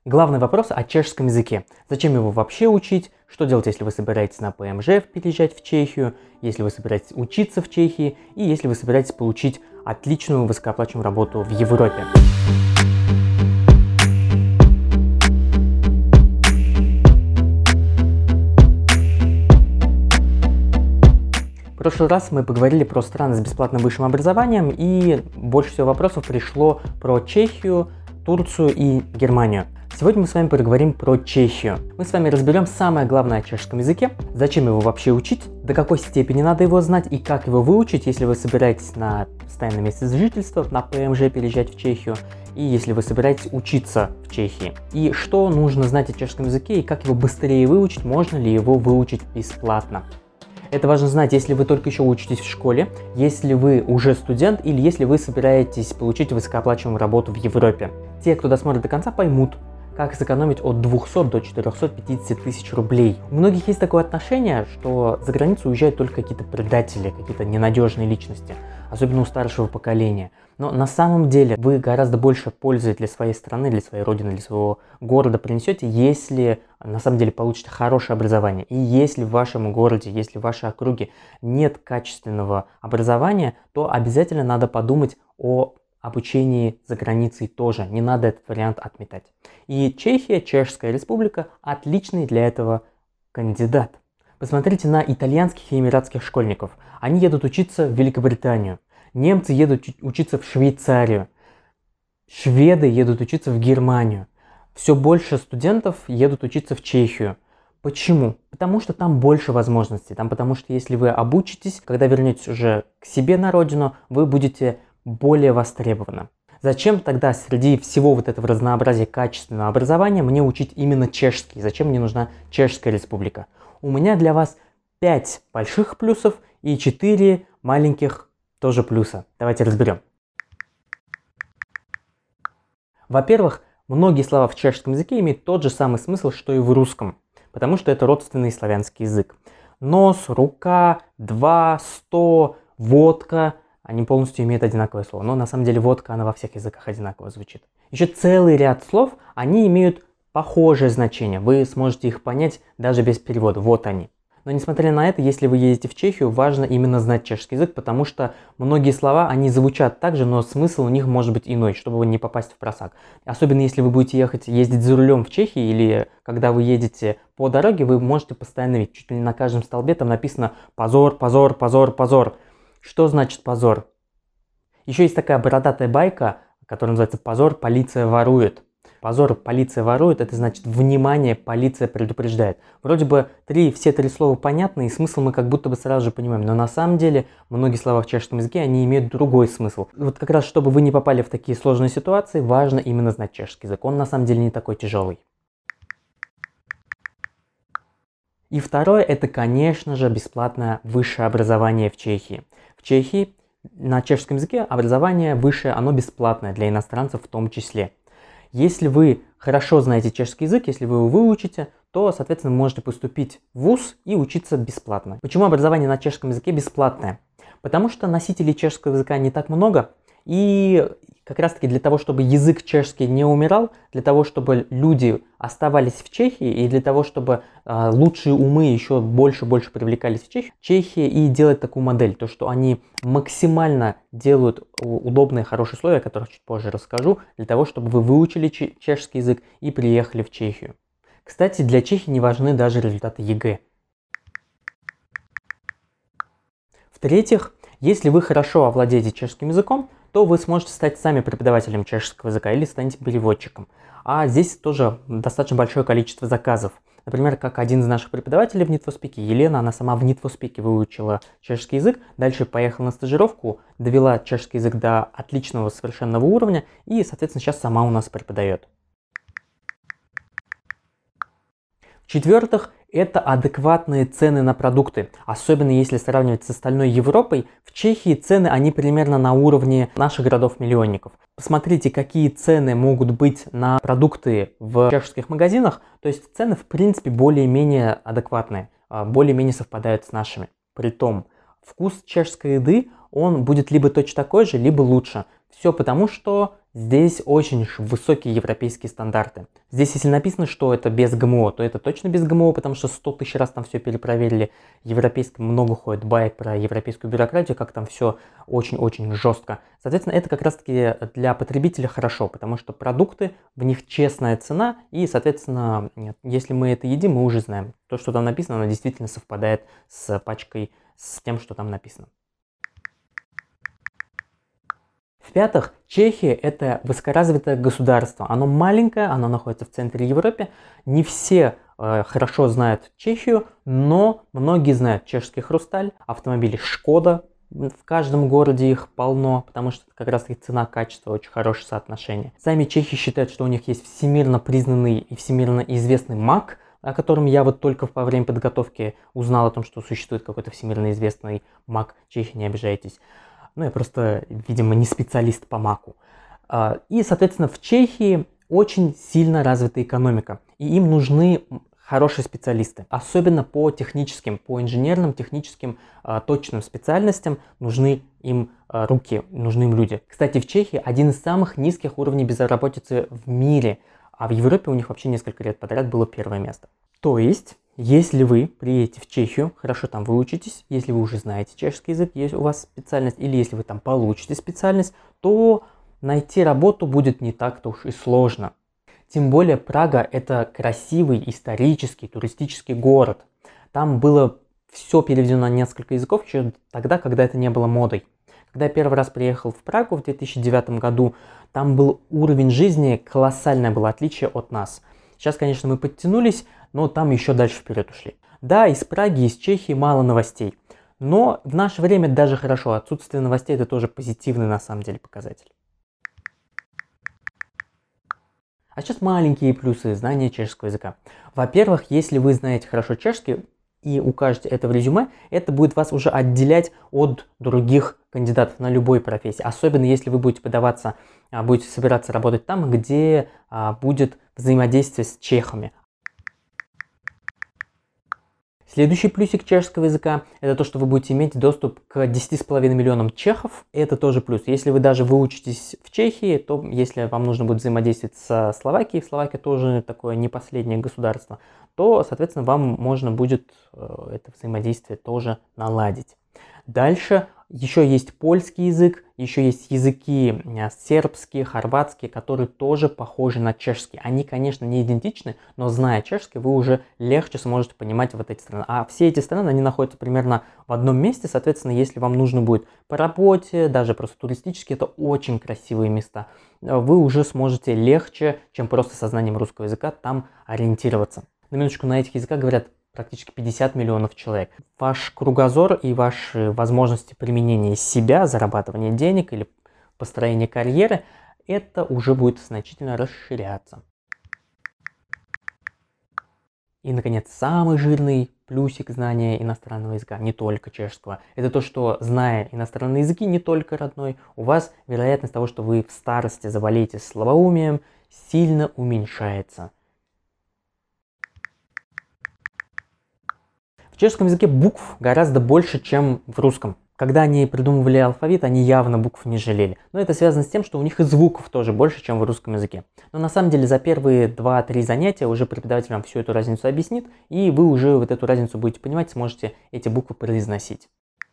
Главный вопрос о чешском языке. Зачем его вообще учить? Что делать, если вы собираетесь на ПМЖ переезжать в Чехию? Если вы собираетесь учиться в Чехии? И если вы собираетесь получить отличную высокооплачиваемую работу в Европе? В прошлый раз мы поговорили про страны с бесплатным высшим образованием, и больше всего вопросов пришло про Чехию, Турцию и Германию. Сегодня мы с вами поговорим про Чехию. Мы с вами разберем самое главное о чешском языке, зачем его вообще учить, до какой степени надо его знать и как его выучить, если вы собираетесь на постоянное место жительства, на ПМЖ переезжать в Чехию, и если вы собираетесь учиться в Чехии. И что нужно знать о чешском языке и как его быстрее выучить, можно ли его выучить бесплатно. Это важно знать, если вы только еще учитесь в школе, если вы уже студент или если вы собираетесь получить высокооплачиваемую работу в Европе. Те, кто досмотрит до конца, поймут, как сэкономить от 200 до 450 тысяч рублей. У многих есть такое отношение, что за границу уезжают только какие-то предатели, какие-то ненадежные личности, особенно у старшего поколения. Но на самом деле вы гораздо больше пользы для своей страны, для своей родины, для своего города принесете, если на самом деле получите хорошее образование. И если в вашем городе, если в вашей округе нет качественного образования, то обязательно надо подумать о обучении за границей тоже. Не надо этот вариант отметать. И Чехия, Чешская Республика, отличный для этого кандидат. Посмотрите на итальянских и эмиратских школьников. Они едут учиться в Великобританию. Немцы едут учиться в Швейцарию. Шведы едут учиться в Германию. Все больше студентов едут учиться в Чехию. Почему? Потому что там больше возможностей. Потому что если вы обучитесь, когда вернетесь уже к себе на родину, вы будете более востребованы. Зачем тогда среди всего вот этого разнообразия качественного образования мне учить именно чешский? Зачем мне нужна Чешская Республика? У меня для вас 5 больших плюсов и 4 маленьких тоже плюса. Давайте разберем. Во-первых, многие слова в чешском языке имеют тот же самый смысл, что и в русском, потому что это родственный славянский язык. Нос, рука, 2, 100, водка – они полностью имеют одинаковое слово, но на самом деле водка, она во всех языках одинаково звучит. Еще целый ряд слов, они имеют похожее значение, вы сможете их понять даже без перевода, вот они. Но несмотря на это, если вы едете в Чехию, важно именно знать чешский язык, потому что многие слова, они звучат так же, но смысл у них может быть иной, чтобы не попасть в просак. Особенно если вы будете ездить за рулем в Чехии, или когда вы едете по дороге, вы можете постоянно видеть, чуть ли не на каждом столбе там написано «позор, позор, позор, позор». Что значит позор? Еще есть такая бородатая байка, которая называется «Позор, полиция ворует». Позор, полиция ворует, это значит внимание, полиция предупреждает. Вроде бы все три слова понятны, и смысл мы как будто бы сразу же понимаем, но на самом деле многие слова в чешском языке, они имеют другой смысл. Вот как раз, чтобы вы не попали в такие сложные ситуации, важно именно знать чешский язык. Он на самом деле не такой тяжелый. И второе, это, конечно же, бесплатное высшее образование в Чехии. В Чехии на чешском языке образование высшее, оно бесплатное для иностранцев в том числе. Если вы хорошо знаете чешский язык, если вы его выучите, то, соответственно, вы можете поступить в вуз и учиться бесплатно. Почему образование на чешском языке бесплатное? Потому что носителей чешского языка не так много, и как раз таки для того, чтобы язык чешский не умирал, для того, чтобы люди оставались в Чехии и для того, чтобы лучшие умы еще больше привлекались в Чехию, Чехия и делает такую модель, то что они максимально делают удобные, хорошие условия, о которых чуть позже расскажу, для того, чтобы вы выучили чешский язык и приехали в Чехию. Кстати, для Чехии не важны даже результаты ЕГЭ. В-третьих, если вы хорошо овладеете чешским языком, то вы сможете стать сами преподавателем чешского языка или станете переводчиком. А здесь тоже достаточно большое количество заказов. Например, как один из наших преподавателей в NeedForSpeak, Елена, она сама в NeedForSpeak выучила чешский язык, дальше поехала на стажировку, довела чешский язык до отличного совершенного уровня и, соответственно, сейчас сама у нас преподает. В-четвертых, это адекватные цены на продукты. Особенно если сравнивать с остальной Европой, в Чехии цены, они примерно на уровне наших городов-миллионников. Посмотрите, какие цены могут быть на продукты в чешских магазинах. То есть цены, в принципе, более-менее адекватные, более-менее совпадают с нашими. Притом, вкус чешской еды, он будет либо точно такой же, либо лучше. Все потому, что Здесь очень высокие европейские стандарты. Здесь, если написано, что это без ГМО, то это точно без ГМО, потому что 100 тысяч раз там все перепроверили. Европейском много ходит баек про европейскую бюрократию, как там все очень-очень жестко. Соответственно, это как раз-таки для потребителя хорошо, потому что продукты, в них честная цена, и, соответственно, если мы это едим, мы уже знаем. То, что там написано, оно действительно совпадает с пачкой, с тем, что там написано. В-пятых, Чехия – это высокоразвитое государство. Оно маленькое, оно находится в центре Европы. Не все хорошо знают Чехию, но многие знают чешский хрусталь, автомобили Шкода. В каждом городе их полно, потому что как раз таки цена-качество очень хорошее соотношение. Сами чехи считают, что у них есть всемирно признанный и всемирно известный мак, о котором я вот только во время подготовки узнал о том, что существует какой-то всемирно известный мак. Чехи, не обижайтесь. Ну, я просто, видимо, не специалист по маку. И, соответственно, в Чехии очень сильно развита экономика. И им нужны хорошие специалисты. Особенно по техническим, по инженерным, техническим, точным специальностям нужны им руки, нужны им люди. Кстати, в Чехии один из самых низких уровней безработицы в мире. А в Европе у них вообще несколько лет подряд было первое место. То есть, если вы приедете в Чехию, хорошо там выучитесь, если вы уже знаете чешский язык, есть у вас специальность, или если вы там получите специальность, то найти работу будет не так-то уж и сложно. Тем более Прага – это красивый, исторический, туристический город. Там было все переведено на несколько языков еще тогда, когда это не было модой. Когда я первый раз приехал в Прагу в 2009 году, там был уровень жизни, колоссальное было отличие от нас. Сейчас, конечно, мы подтянулись, но там еще дальше вперед ушли. Да, из Праги, из Чехии мало новостей. Но в наше время даже хорошо. Отсутствие новостей – это тоже позитивный на самом деле показатель. А сейчас маленькие плюсы знания чешского языка. Во-первых, если вы знаете хорошо чешский и укажете это в резюме, это будет вас уже отделять от других кандидатов на любой профессии. Особенно если вы будете подаваться, будете собираться работать там, где будет взаимодействие с чехами. Следующий плюсик чешского языка – это то, что вы будете иметь доступ к 10,5 миллионам чехов. Это тоже плюс. Если вы даже выучитесь в Чехии, то если вам нужно будет взаимодействовать со Словакией, Словакия тоже такое не последнее государство, то, соответственно, вам можно будет это взаимодействие тоже наладить. Дальше еще есть польский язык, еще есть языки сербские, хорватские, которые тоже похожи на чешский. Они, конечно, не идентичны, но зная чешский, вы уже легче сможете понимать вот эти страны. А все эти страны, они находятся примерно в одном месте, соответственно, если вам нужно будет по работе, даже просто туристически, это очень красивые места. Вы уже сможете легче, чем просто со знанием русского языка, там ориентироваться. На минуточку, на этих языках говорят практически 50 миллионов человек. Ваш кругозор и ваши возможности применения себя, зарабатывания денег или построения карьеры, это уже будет значительно расширяться. И, наконец, самый жирный плюсик знания иностранного языка, не только чешского, это то, что, зная иностранные языки, не только родной, у вас вероятность того, что вы в старости заболеете слабоумием, сильно уменьшается. В чешском языке букв гораздо больше, чем в русском. Когда они придумывали алфавит, они явно букв не жалели. Но это связано с тем, что у них и звуков тоже больше, чем в русском языке. Но на самом деле за первые 2-3 занятия уже преподаватель вам всю эту разницу объяснит, и вы уже вот эту разницу будете понимать, сможете эти буквы произносить.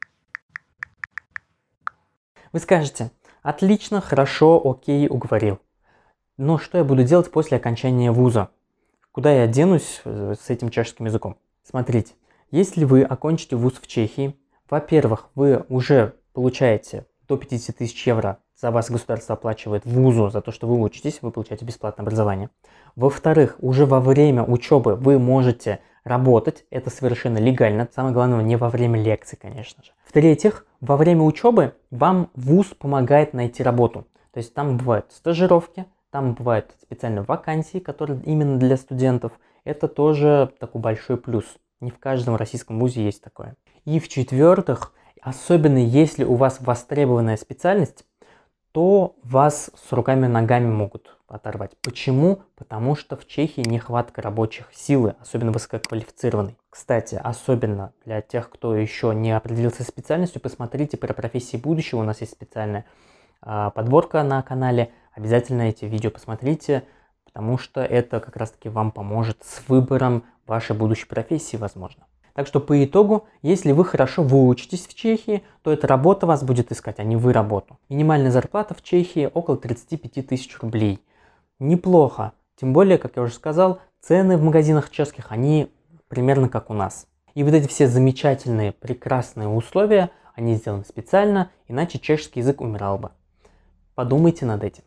Вы скажете: отлично, хорошо, окей, уговорил. Но что я буду делать после окончания вуза? Куда я денусь с этим чешским языком? Смотрите. Если вы окончите вуз в Чехии, во-первых, вы уже получаете до 50 тысяч евро, за вас государство оплачивает вузу за то, что вы учитесь, вы получаете бесплатное образование. Во-вторых, уже во время учебы вы можете работать, это совершенно легально, самое главное, не во время лекций, конечно же. В-третьих, во время учебы вам вуз помогает найти работу, то есть там бывают стажировки, там бывают специальные вакансии, которые именно для студентов, это тоже такой большой плюс. Не в каждом российском вузе есть такое. И в-четвертых, особенно если у вас востребованная специальность, то вас с руками и ногами могут оторвать. Почему? Потому что в Чехии нехватка рабочих силы, особенно высококвалифицированной. Кстати, особенно для тех, кто еще не определился специальностью, посмотрите про профессии будущего, у нас есть специальная подборка на канале. обязательно эти видео посмотрите, потому что это как раз-таки вам поможет с выбором вашей будущей профессии, возможно. Так что по итогу, если вы хорошо выучитесь в Чехии, то эта работа вас будет искать, а не вы работу. Минимальная зарплата в Чехии около 35 тысяч рублей. Неплохо. Тем более, как я уже сказал, цены в магазинах чешских, они примерно как у нас. И вот эти все замечательные, прекрасные условия, они сделаны специально, иначе чешский язык умирал бы. Подумайте над этим.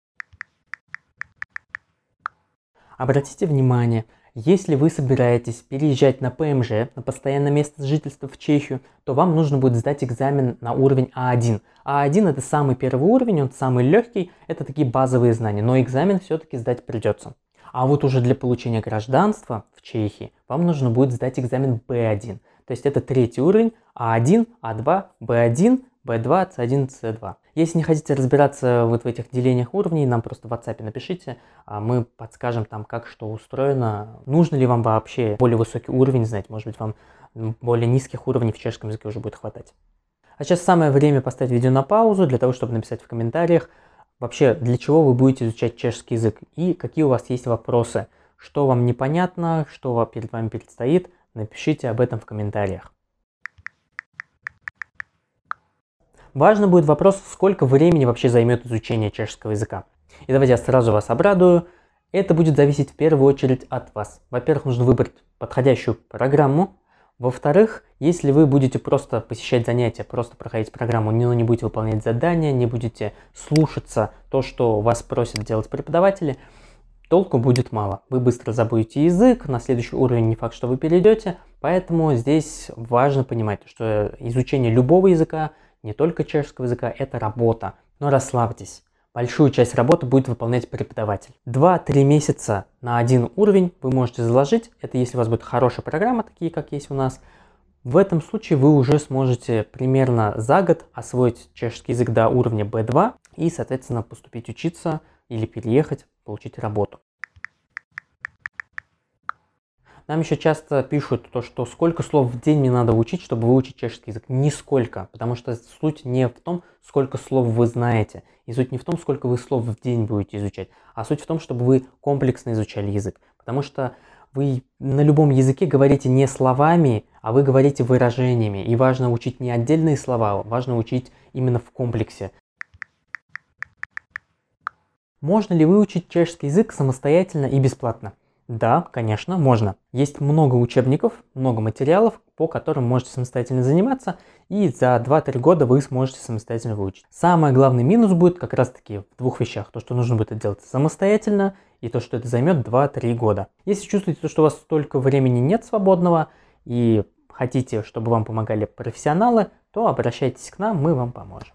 Обратите внимание, если вы собираетесь переезжать на ПМЖ, на постоянное место жительства в Чехию, то вам нужно будет сдать экзамен на уровень А1. А1 это самый первый уровень, он самый легкий, это такие базовые знания, но экзамен все-таки сдать придется. А вот уже для получения гражданства в Чехии вам нужно будет сдать экзамен B1. То есть это третий уровень А1, А2, B1, B2, C1, C2. Если не хотите разбираться вот в этих делениях уровней, нам просто в WhatsApp напишите, а мы подскажем там, как что устроено. Нужно ли вам вообще более высокий уровень знать, может быть, вам более низких уровней в чешском языке уже будет хватать. А сейчас самое время поставить видео на паузу, для того, чтобы написать в комментариях, вообще для чего вы будете изучать чешский язык и какие у вас есть вопросы, что вам непонятно, что перед вами предстоит, напишите об этом в комментариях. Важно будет вопрос, сколько времени вообще займет изучение чешского языка. И давайте я сразу вас обрадую. Это будет зависеть в первую очередь от вас. Во-первых, нужно выбрать подходящую программу. Во-вторых, если вы будете просто посещать занятия, просто проходить программу, но не будете выполнять задания, не будете слушаться то, что вас просят делать преподаватели, толку будет мало. Вы быстро забудете язык, на следующий уровень не факт, что вы перейдете. Поэтому здесь важно понимать, что изучение любого языка, не только чешского языка, это работа. Но расслабьтесь. Большую часть работы будет выполнять преподаватель. 2-3 месяца на один уровень вы можете заложить. Это если у вас будет хорошая программа, такие как есть у нас. В этом случае вы уже сможете примерно за год освоить чешский язык до уровня B2 и, соответственно, поступить учиться или переехать, получить работу. Нам еще часто пишут, что сколько слов в день мне надо учить, чтобы выучить чешский язык. Нисколько, потому что суть не в том, сколько слов вы знаете. И суть не в том, сколько вы слов в день будете изучать, а суть в том, чтобы вы комплексно изучали язык. Потому что вы на любом языке говорите не словами, а вы говорите выражениями. И важно учить не отдельные слова, важно учить именно в комплексе. Можно ли выучить чешский язык самостоятельно и бесплатно? Да, конечно, можно. Есть много учебников, много материалов, по которым можете самостоятельно заниматься, и за 2-3 года вы сможете самостоятельно выучить. Самый главный минус будет как раз-таки в двух вещах. То, что нужно будет это делать самостоятельно, и то, что это займет 2-3 года. Если чувствуете, что у вас столько времени нет свободного, и хотите, чтобы вам помогали профессионалы, то обращайтесь к нам, мы вам поможем.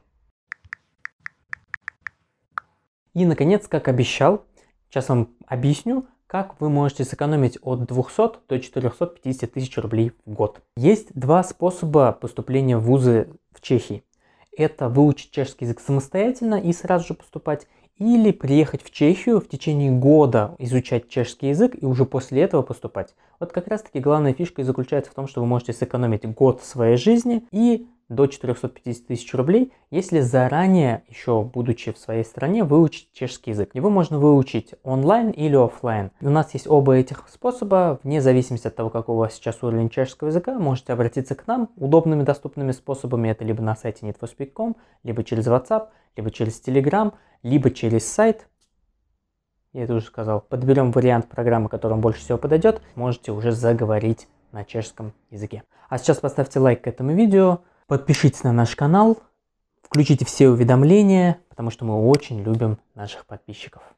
И, наконец, как обещал, сейчас вам объясню, как вы можете сэкономить от 200 до 450 тысяч рублей в год. Есть два способа поступления в вузы в Чехии. Это выучить чешский язык самостоятельно и сразу же поступать, или приехать в Чехию в течение года изучать чешский язык и уже после этого поступать. Вот как раз таки главная фишка и заключается в том, что вы можете сэкономить год своей жизни и до 450 тысяч рублей, если заранее, еще будучи в своей стране, выучить чешский язык. Его можно выучить онлайн или офлайн. У нас есть оба этих способа, вне зависимости от того, какой у вас сейчас уровень чешского языка, можете обратиться к нам удобными доступными способами. Это либо на сайте netforspeak.com, либо через WhatsApp, либо через Telegram, либо через сайт. Я это уже сказал. Подберем вариант программы, который вам больше всего подойдет. Можете уже заговорить на чешском языке. А сейчас поставьте лайк к этому видео. Подпишитесь на наш канал, включите все уведомления, потому что мы очень любим наших подписчиков.